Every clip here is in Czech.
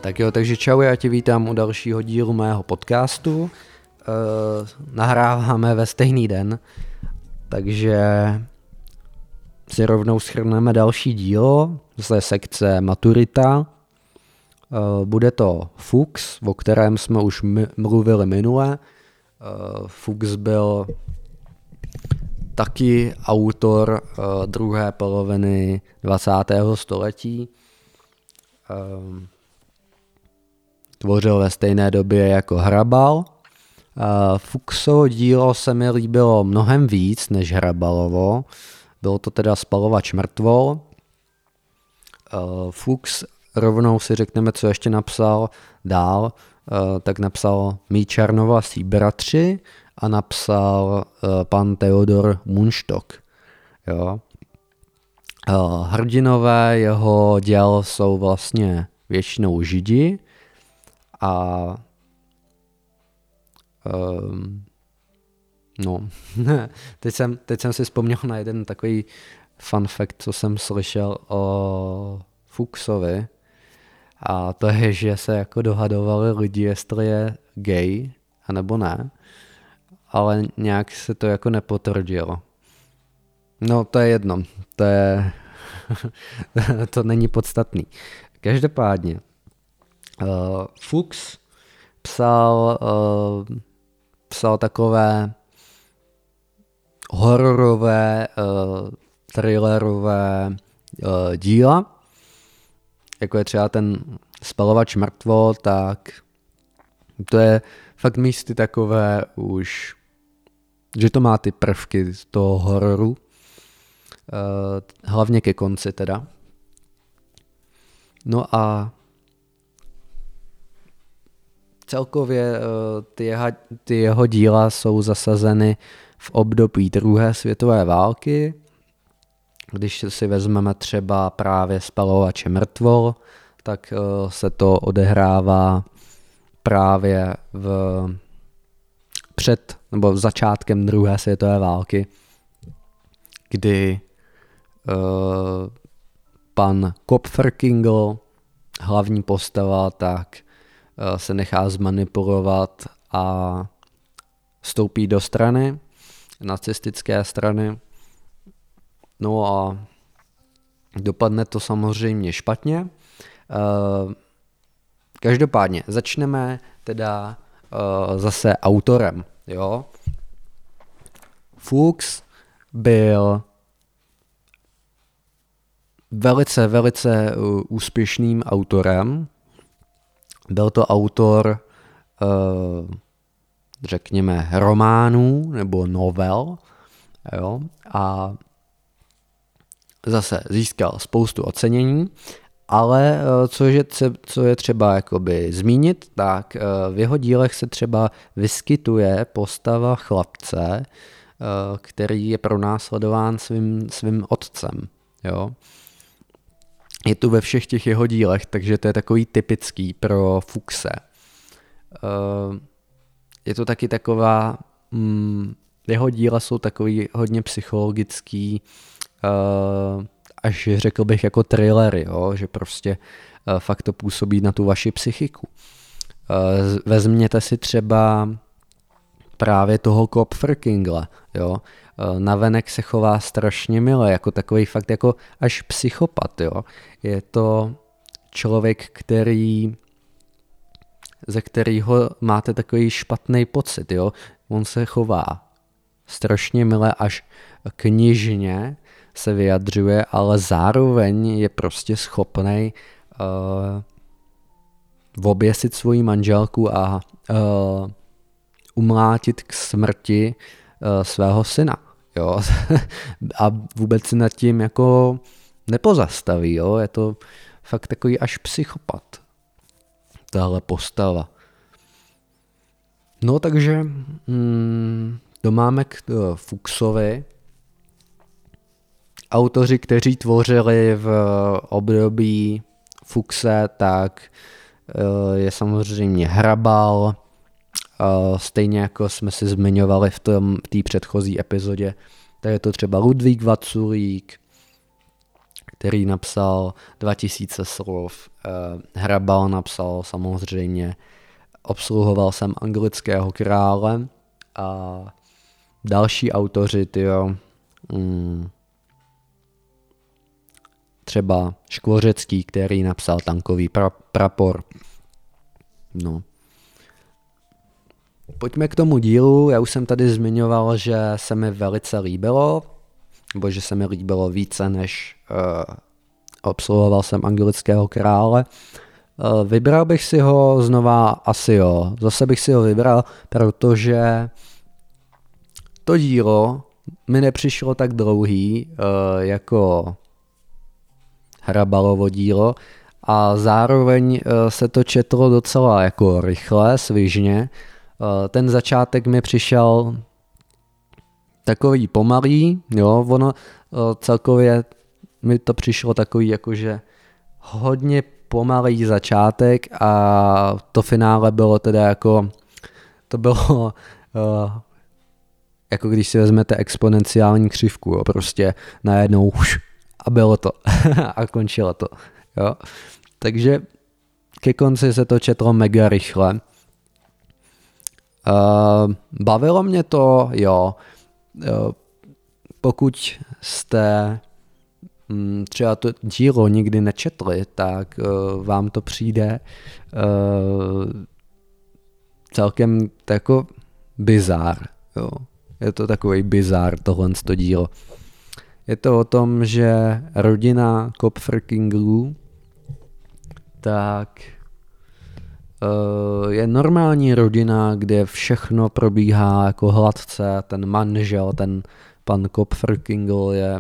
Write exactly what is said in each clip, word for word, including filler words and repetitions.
Tak jo, takže čau, já tě vítám u dalšího dílu mého podcastu. Uh, nahráváme ve stejný den, takže si rovnou shrneme další dílo, zase sekce maturita. Uh, bude to Fuchs, o kterém jsme už mi- mluvili minule. Uh, Fuchs byl taky autor uh, druhé poloviny dvacátého století. Uh, Tvořil ve stejné době jako Hrabal. Uh, Fuchsovo dílo se mi líbilo mnohem víc než Hrabalovo. Bylo to teda Spalovač mrtvol. Uh, Fuchs, rovnou si řekneme, co ještě napsal dál, uh, tak napsal Mí černovlasí bratři a napsal uh, pan Theodor Mundstock. Jo. Uh, hrdinové jeho děl jsou vlastně většinou Židi, a um, no, teď jsem, teď jsem si vzpomněl na jeden takový fun fact, co jsem slyšel o Fuchsovi, a to je, že se jako dohadovali lidi, jestli je gay, anebo ne, ale nějak se to jako nepotvrdilo. No, to je jedno, to je, to není podstatný. Každopádně, Uh, Fuchs psal, uh, psal takové hororové, uh, thrillerové uh, díla, jako je třeba ten Spalovač mrtvol, tak to je fakt místy takové už, že to má ty prvky z toho hororu, uh, hlavně ke konci teda. No a celkově ty jeho, ty jeho díla jsou zasazeny v období druhé světové války. Když si vezmeme třeba právě Spalovače mrtvol, tak se to odehrává právě v před nebo začátkem druhé světové války, kdy uh, pan Kopferkingl, hlavní postava, tak se nechá zmanipulovat a vstoupí do strany, nacistické strany. No a dopadne to samozřejmě špatně. Každopádně začneme teda zase autorem. Jo? Fuchs byl velice, velice úspěšným autorem. Byl to autor, řekněme, románů nebo novel, jo, a zase získal spoustu ocenění, ale co je, co je třeba jakoby zmínit, tak v jeho dílech se třeba vyskytuje postava chlapce, který je pronásledován svým, svým otcem, jo. Je tu ve všech těch jeho dílech, takže to je takový typický pro Fuchse. Je to taky taková, mm, jeho díla jsou takový hodně psychologický, až řekl bych jako thrillery, jo? Že prostě fakt to působí na tu vaši psychiku. Vezměte si třeba právě toho Kopferkingla, jo. Navenek se chová strašně milé, jako takový fakt jako až psychopat, jo. Je to člověk, který, ze kterého máte takový špatný pocit, jo. On se chová strašně milé, až knižně se vyjadřuje, ale zároveň je prostě schopnej uh, oběsit svoji manželku a uh, umlátit k smrti uh, svého syna. Jo? A vůbec si nad tím jako nepozastaví. Jo? Je to fakt takový až psychopat. Tahle postava. No takže hmm, to máme k uh, Fuchsovi. Autoři, kteří tvořili v období Fuchse, tak uh, je samozřejmě Hrabal, Uh, stejně jako jsme si zmiňovali v té předchozí epizodě, tak je to třeba Ludvík Vaculík, který napsal dva tisíce slov, Hrabal napsal samozřejmě Obsluhoval jsem anglického krále a další autoři, tyjo, mm, třeba Škvořecký, který napsal Tankový pra- prapor. No. Pojďme k tomu dílu, já už jsem tady zmiňoval, že se mi velice líbilo, nebo že se mi líbilo více, než uh, Obsluhoval jsem anglického krále. Uh, vybral bych si ho znova asi jo, zase bych si ho vybral, protože to dílo mi nepřišlo tak dlouhý uh, jako Hrabalovo dílo a zároveň uh, se to četlo docela jako rychle, svižně. Uh, ten začátek mi přišel takový pomalý, jo, ono uh, celkově mi to přišlo takový jakože hodně pomalý začátek a to finále bylo teda jako, to bylo uh, jako když si vezmete exponenciální křivku, jo, prostě najednou už a bylo to a končilo to, jo. Takže ke konci se to četlo mega rychle. Uh, bavilo mě to, jo. Uh, pokud jste um, třeba to dílo nikdy nečetli, tak uh, vám to přijde uh, celkem jako bizár, jo. Je to takový bizár tohle to dílo. Je to o tom, že rodina Kopfrkingů tak uh, je normální rodina, kde všechno probíhá jako hladce. Ten manžel, ten pan Kopfrkingl je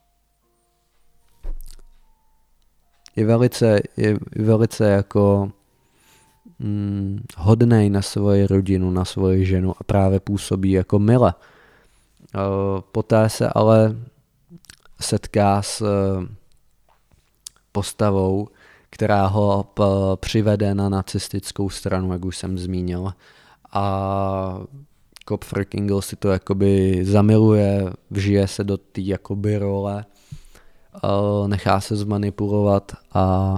je velice, je velice jako mm, hodnej na svoji rodinu, na svoji ženu a právě působí jako mile. Uh, poté se ale setká s uh, postavou, která ho p- přivede na nacistickou stranu, jak už jsem zmínil. A Kopfrkingl si to jakoby zamiluje, vžije se do té jakoby role, uh, nechá se zmanipulovat a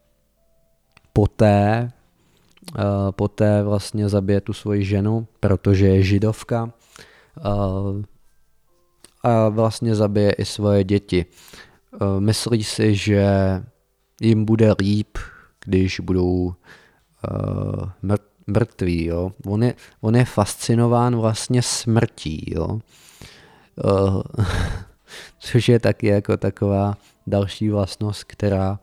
poté Uh, poté vlastně zabije tu svoji ženu, protože je židovka uh, a vlastně zabije i svoje děti. Uh, myslí si, že jim bude líp, když budou uh, mrt- mrtví. Jo? On, je, on je fascinován vlastně smrtí. Jo? Uh, což je taky jako taková další vlastnost, která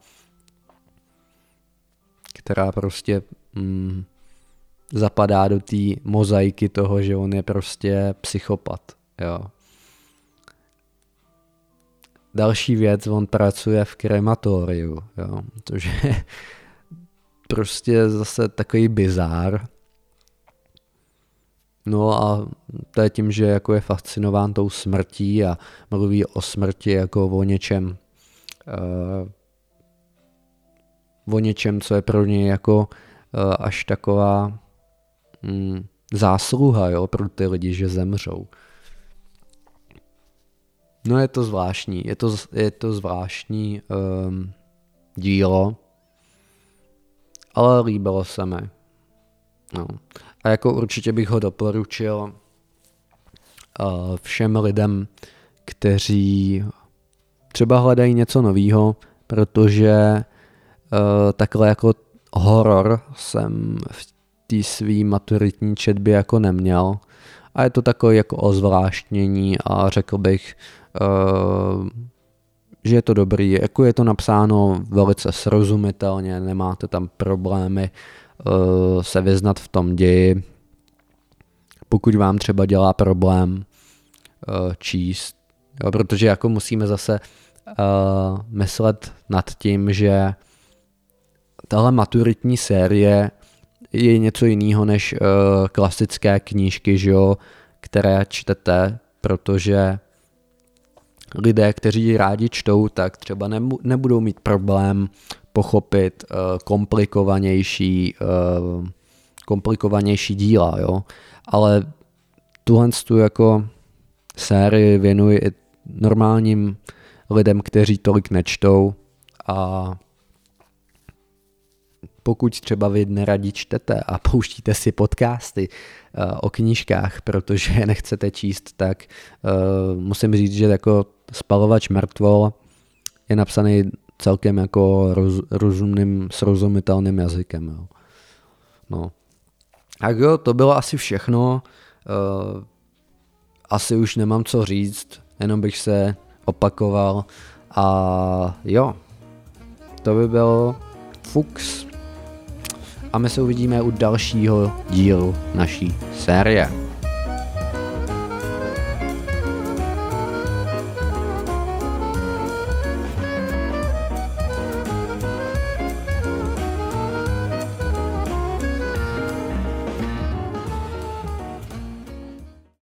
která prostě mm, zapadá do té mozaiky toho, že on je prostě psychopat. Jo. Další věc, on pracuje v krematoriu, jo, což je prostě zase takový bizár. No a to je tím, že jako je fascinován tou smrtí a mluví o smrti jako o něčem uh, o něčem, co je pro něj jako uh, až taková mm, zásluha, jo, pro ty lidi, že zemřou. No je to zvláštní, je to, je to zvláštní um, dílo, ale líbilo se mi. No. A jako určitě bych ho doporučil uh, všem lidem, kteří třeba hledají něco novýho, protože Uh, takhle jako horor jsem v té svý maturitní četbě jako neměl a je to takové jako ozvláštnění a řekl bych, uh, že je to dobrý, jako je to napsáno velice srozumitelně, nemáte tam problémy uh, se vyznat v tom ději. Pokud vám třeba dělá problém uh, číst, jo, protože jako musíme zase uh, myslet nad tím, že tahle maturitní série je něco jiného než uh, klasické knížky, že jo, které čtete, protože lidé, kteří rádi čtou, tak třeba nebu- nebudou mít problém pochopit uh, komplikovanější, uh, komplikovanější díla, jo. Ale tuhle tu jako sérii věnuji i normálním lidem, kteří tolik nečtou, a pokud třeba vy neradi čtete a pouštíte si podcasty uh, o knížkách, protože je nechcete číst, tak uh, musím říct, že jako Spalovač mrtvol je napsaný celkem jako roz, rozumným, srozumitelným jazykem. Jo. No. Tak jo, to bylo asi všechno. Uh, asi už nemám co říct, jenom bych se opakoval. A jo, to by byl Fuchs. A my se uvidíme u dalšího dílu naší série.